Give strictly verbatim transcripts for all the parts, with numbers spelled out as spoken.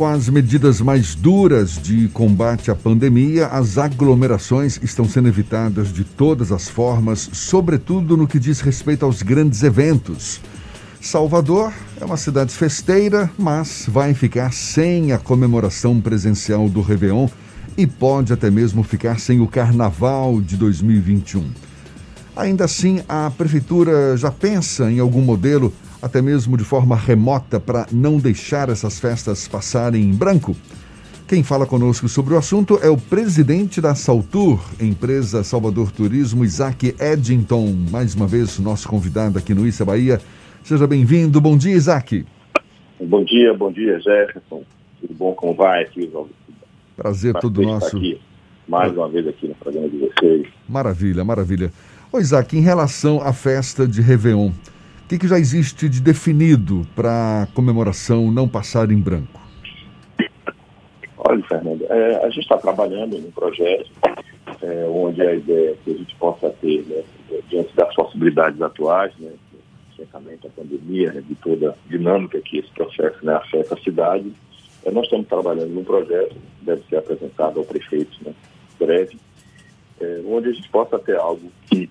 Com as medidas mais duras de combate à pandemia, as aglomerações estão sendo evitadas de todas as formas, sobretudo no que diz respeito aos grandes eventos. Salvador é uma cidade festeira, mas vai ficar sem a comemoração presencial do Réveillon e pode até mesmo ficar sem o Carnaval de dois mil e vinte e um. Ainda assim, a Prefeitura já pensa em algum modelo, até mesmo de forma remota, para não deixar essas festas passarem em branco? Quem fala conosco sobre o assunto é o presidente da Saltur, empresa Salvador Turismo, Isaac Edington, mais uma vez nosso convidado aqui no Issa Bahia. Seja bem-vindo. Bom dia, Isaac. Bom dia, bom dia, Jefferson. Tudo bom? Como vai aqui? Prazer todo nosso. Estar aqui, mais uma vez aqui no programa de vocês. Maravilha, maravilha. Ô, Isaac, em relação à festa de Réveillon, o que, que já existe de definido para a comemoração não passar em branco? Olha, Fernando, é, a gente está trabalhando em um projeto é, onde a ideia é que a gente possa ter, né, diante das possibilidades atuais, né, certamente a pandemia, né, de toda a dinâmica que esse processo, né, afeta a cidade, é, nós estamos trabalhando num projeto que deve ser apresentado ao prefeito, né, breve, é, onde a gente possa ter algo que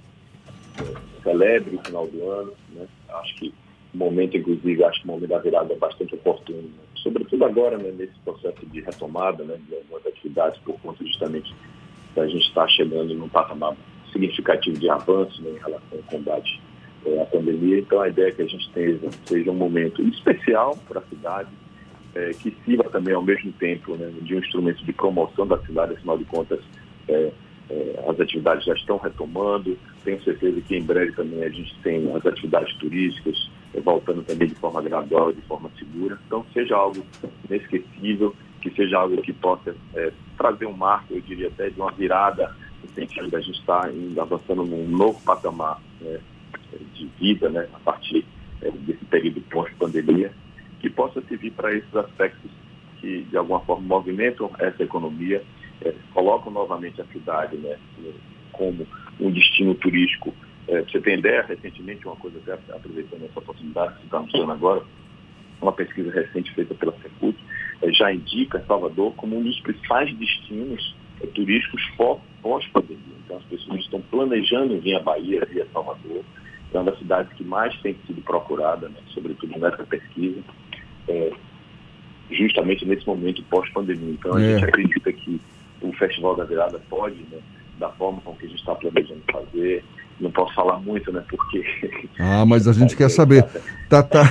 é, celebre o final do ano, né? Acho que o momento, inclusive, acho que o momento da virada é bastante oportuno, né? Sobretudo agora, né, nesse processo de retomada, né, de algumas atividades, por conta justamente da gente estar chegando num patamar significativo de avanço, né, em relação ao combate é, à pandemia. Então, a ideia é que a gente tenha, seja um momento especial para a cidade, é, que sirva também, ao mesmo tempo, né, de um instrumento de promoção da cidade. Afinal de contas, é, é, as atividades já estão retomando. Tenho certeza que em breve também a gente tem as atividades turísticas é, voltando também de forma gradual e de forma segura. Então, seja algo inesquecível, que seja algo que possa é, trazer um marco, eu diria até, de uma virada no sentido da gente estar indo, avançando num novo patamar, né, de vida, né, a partir é, desse período pós-pandemia, que possa servir para esses aspectos que, de alguma forma, movimentam essa economia, é, colocam novamente a cidade, né, como um destino turístico. É, você tem ideia, recentemente, uma coisa até aproveitando essa oportunidade que estamos dando agora, uma pesquisa recente feita pela Secult, é, já indica Salvador como um dos principais destinos é, turísticos pós-pandemia. Então, as pessoas estão planejando vir à Bahia, vir a Salvador. É uma das cidades que mais tem sido procurada, né, sobretudo nessa pesquisa, é, justamente nesse momento pós-pandemia. Então, a é. gente acredita que o Festival da Virada pode, né, da forma com que a gente está planejando fazer. Não posso falar muito, né, porque... Ah, mas a gente quer saber. Tá, tá.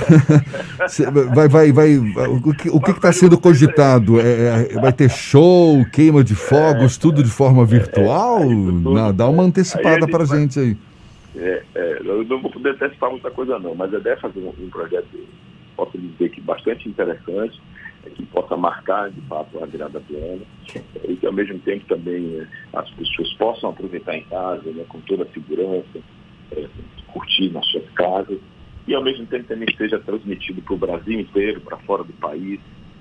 Vai, vai, vai. O que o que está sendo cogitado? É, vai ter show, queima de fogos, é, tudo de forma virtual? É, é, tudo, não, dá uma antecipada para a gente aí. É, é, eu não vou poder antecipar muita coisa não, mas a ideia é fazer um, um projeto, posso dizer que bastante interessante, é, que possa marcar de fato a virada do ano, é, e que ao mesmo tempo também é, as pessoas possam aproveitar em casa, né, com toda a segurança, é, curtir nas suas casas, e ao mesmo tempo também seja transmitido para o Brasil inteiro, para fora do país,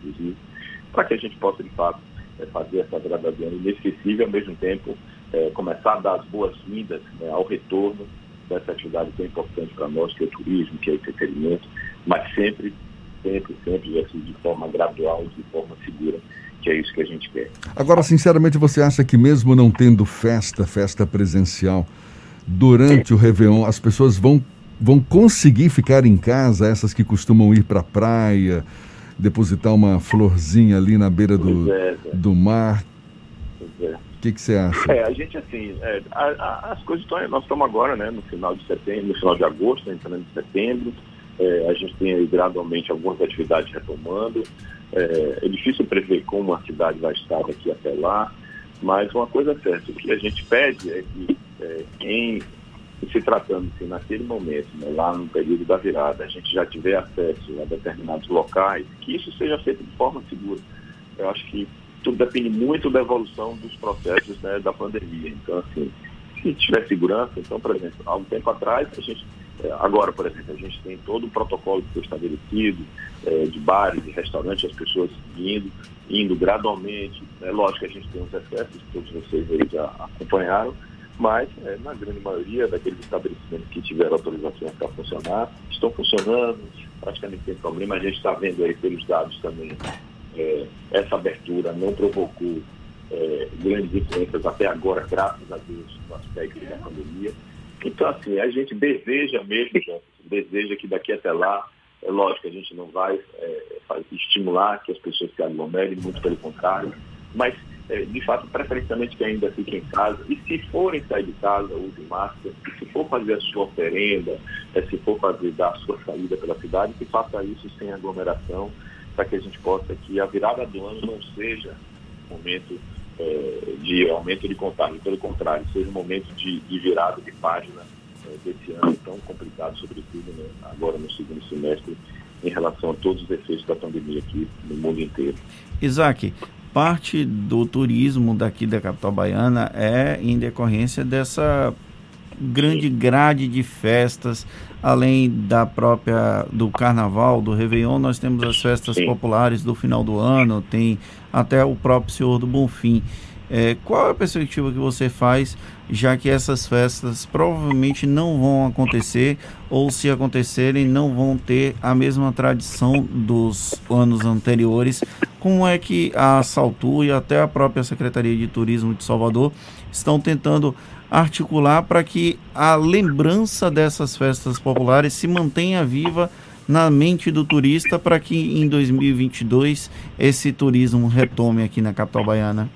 para que a gente possa de fato é, fazer essa virada do ano inesquecível, ao mesmo tempo é, começar a dar as boas-vindas, né, ao retorno dessa atividade tão importante para nós, que é o turismo, que é o entretenimento, mas sempre, sempre, sempre assim, de forma gradual, de forma segura, que é isso que a gente quer. Agora, sinceramente, você acha que mesmo não tendo festa, festa presencial, durante o Réveillon, as pessoas vão, vão conseguir ficar em casa, essas que costumam ir para a praia, depositar uma florzinha ali na beira do, é, é. do mar? Pois é. O que, que você acha? É, a gente, assim, é, a, a, as coisas estão... Nós estamos agora, né, no final de setembro, no final de agosto, entrando em setembro. É, a gente tem aí, gradualmente algumas atividades retomando. É, é difícil prever como a cidade vai estar daqui até lá, mas uma coisa é certa, o que a gente pede é que, é, em se tratando assim, naquele momento, né, lá no período da virada, a gente já tiver acesso a determinados locais, que isso seja feito de forma segura. Eu acho que tudo depende muito da evolução dos processos, né, da pandemia. Então, assim, se tiver segurança, então, por exemplo, há um tempo atrás, a gente, agora, por exemplo, a gente tem todo o protocolo que foi estabelecido, é, de bares, de restaurantes, as pessoas indo, indo gradualmente. É lógico que a gente tem uns excessos, que todos vocês aí já acompanharam, mas, é, na grande maioria daqueles estabelecimentos que tiveram autorização para funcionar, estão funcionando, praticamente sem problema. A gente está vendo aí pelos dados também, é, essa abertura não provocou é, grandes diferenças até agora, graças a Deus, no aspecto da pandemia. Então, assim, a gente deseja mesmo, gente, deseja que daqui até lá, é lógico que a gente não vai é, estimular que as pessoas se aglomerem, muito pelo contrário, mas, é, de fato, preferencialmente que ainda fiquem em casa, e se forem sair de casa, usem máscara, e se for fazer a sua oferenda, é, se for fazer dar a sua saída pela cidade, que faça isso sem aglomeração, para que a gente possa que a virada do ano não seja um momento é, de aumento de contágio, pelo contrário, seja um momento de, de virada de página é, desse ano tão complicado, sobretudo, né, agora no segundo semestre, em relação a todos os efeitos da pandemia aqui no mundo inteiro. Isaac, parte do turismo daqui da capital baiana é em decorrência dessa grande grade de festas, além da própria do Carnaval, do Réveillon, nós temos as festas Sim. populares do final do ano, tem até o próprio Senhor do Bonfim. É, qual é a perspectiva que você faz, já que essas festas provavelmente não vão acontecer, ou se acontecerem, não vão ter a mesma tradição dos anos anteriores? Como é que a Saltur e até a própria Secretaria de Turismo de Salvador estão tentando articular para que a lembrança dessas festas populares se mantenha viva na mente do turista, para que em dois mil e vinte e dois esse turismo retome aqui na capital baiana?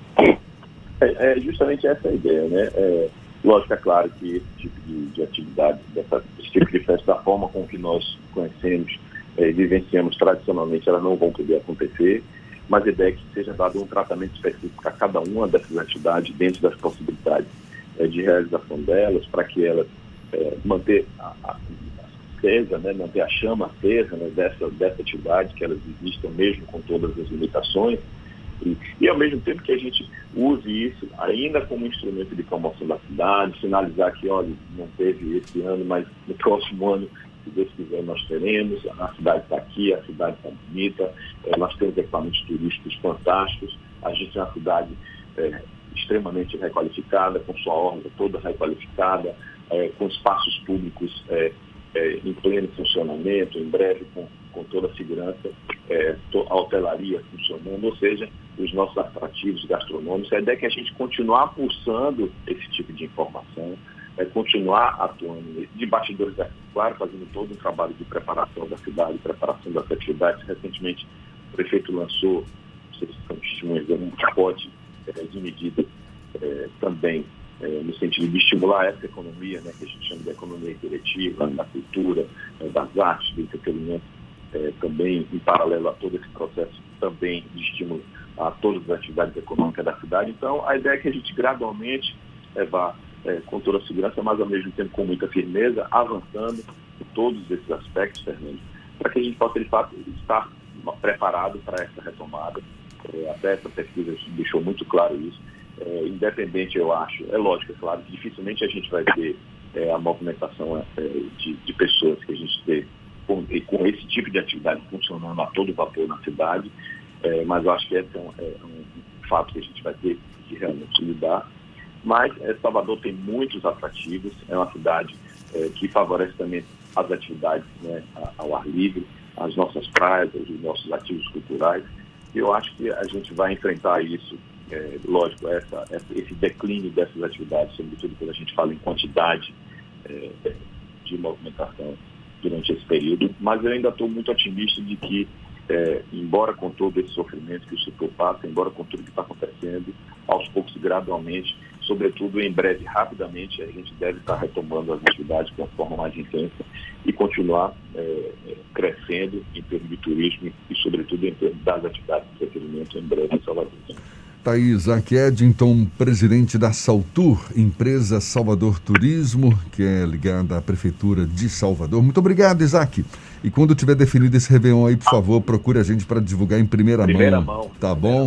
É, é justamente essa a ideia, né? É, lógico, é claro que esse tipo de, de atividade, dessa, esse tipo de festa, da forma com que nós conhecemos e é, vivenciamos tradicionalmente, elas não vão poder acontecer, mas a ideia é que seja dado um tratamento específico a cada uma dessas atividades dentro das possibilidades é, de realização delas, para que elas é, manter a, a, acesa, né, manter a chama acesa, né, dessa, dessa atividade, que elas existam mesmo com todas as limitações, e, e ao mesmo tempo que a gente use isso ainda como instrumento de promoção da cidade, sinalizar que, olha, não teve esse ano, mas no próximo ano, se Deus quiser, nós teremos, a cidade está aqui, a cidade está bonita, é, nós temos equipamentos turísticos fantásticos, a gente é uma cidade é, extremamente requalificada, com sua orla toda requalificada, é, com espaços públicos é, é, em pleno funcionamento, em breve com, com toda a segurança, é, a hotelaria funcionando, ou seja, os nossos atrativos gastronômicos. A ideia é que a gente continuar pulsando esse tipo de informação, é, continuar atuando de bastidores, é claro, fazendo todo um trabalho de preparação da cidade, preparação das atividades. Recentemente, o prefeito lançou, vocês são testemunhas, um pacote é, de medidas é, também é, no sentido de estimular essa economia, né, que a gente chama de economia interativa, da cultura, é, das artes, do entretenimento, é, também em paralelo a todo esse processo também de estímulo a todas as atividades econômicas da cidade. Então, a ideia é que a gente gradualmente é, vá é, com toda a segurança, mas ao mesmo tempo com muita firmeza, avançando em todos esses aspectos, Fernando, para que a gente possa, de fato, estar preparado para essa retomada. É, até essa pesquisa deixou muito claro isso. É, independente, eu acho, é lógico, é claro, que dificilmente a gente vai ter é, a movimentação é, de, de pessoas que a gente teve com, com esse tipo de atividade funcionando a todo vapor na cidade, é, mas eu acho que esse é um, é um fato que a gente vai ter que realmente lidar. Mas é, Salvador tem muitos atrativos, é uma cidade é, que favorece também as atividades, né, ao ar livre, as nossas praias, os nossos ativos culturais. E eu acho que a gente vai enfrentar isso, é, lógico, essa, essa, esse declínio dessas atividades, sobretudo quando a gente fala em quantidade é, de movimentação durante esse período. Mas eu ainda estou muito otimista de que, é, embora com todo esse sofrimento que o setor passa, embora com tudo que está acontecendo, aos poucos, gradualmente, sobretudo em breve, rapidamente, a gente deve estar retomando as atividades de uma forma mais intensa e continuar é, crescendo em termos de turismo e, sobretudo, em termos das atividades de entretenimento em breve em Salvador. Tá aí Isaac Eddington, presidente da Saltur, empresa Salvador Turismo, que é ligada à Prefeitura de Salvador. Muito obrigado, Isaac. E quando tiver definido esse Réveillon aí, por favor, procure a gente para divulgar em primeira, primeira mão. mão. Tá primeira bom?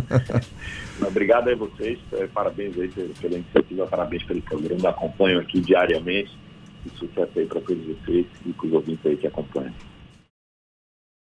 Mão. Obrigado a vocês, parabéns aí pela iniciativa, parabéns pelo programa, acompanho aqui diariamente, e sucesso aí para todos vocês e para os ouvintes aí que acompanham.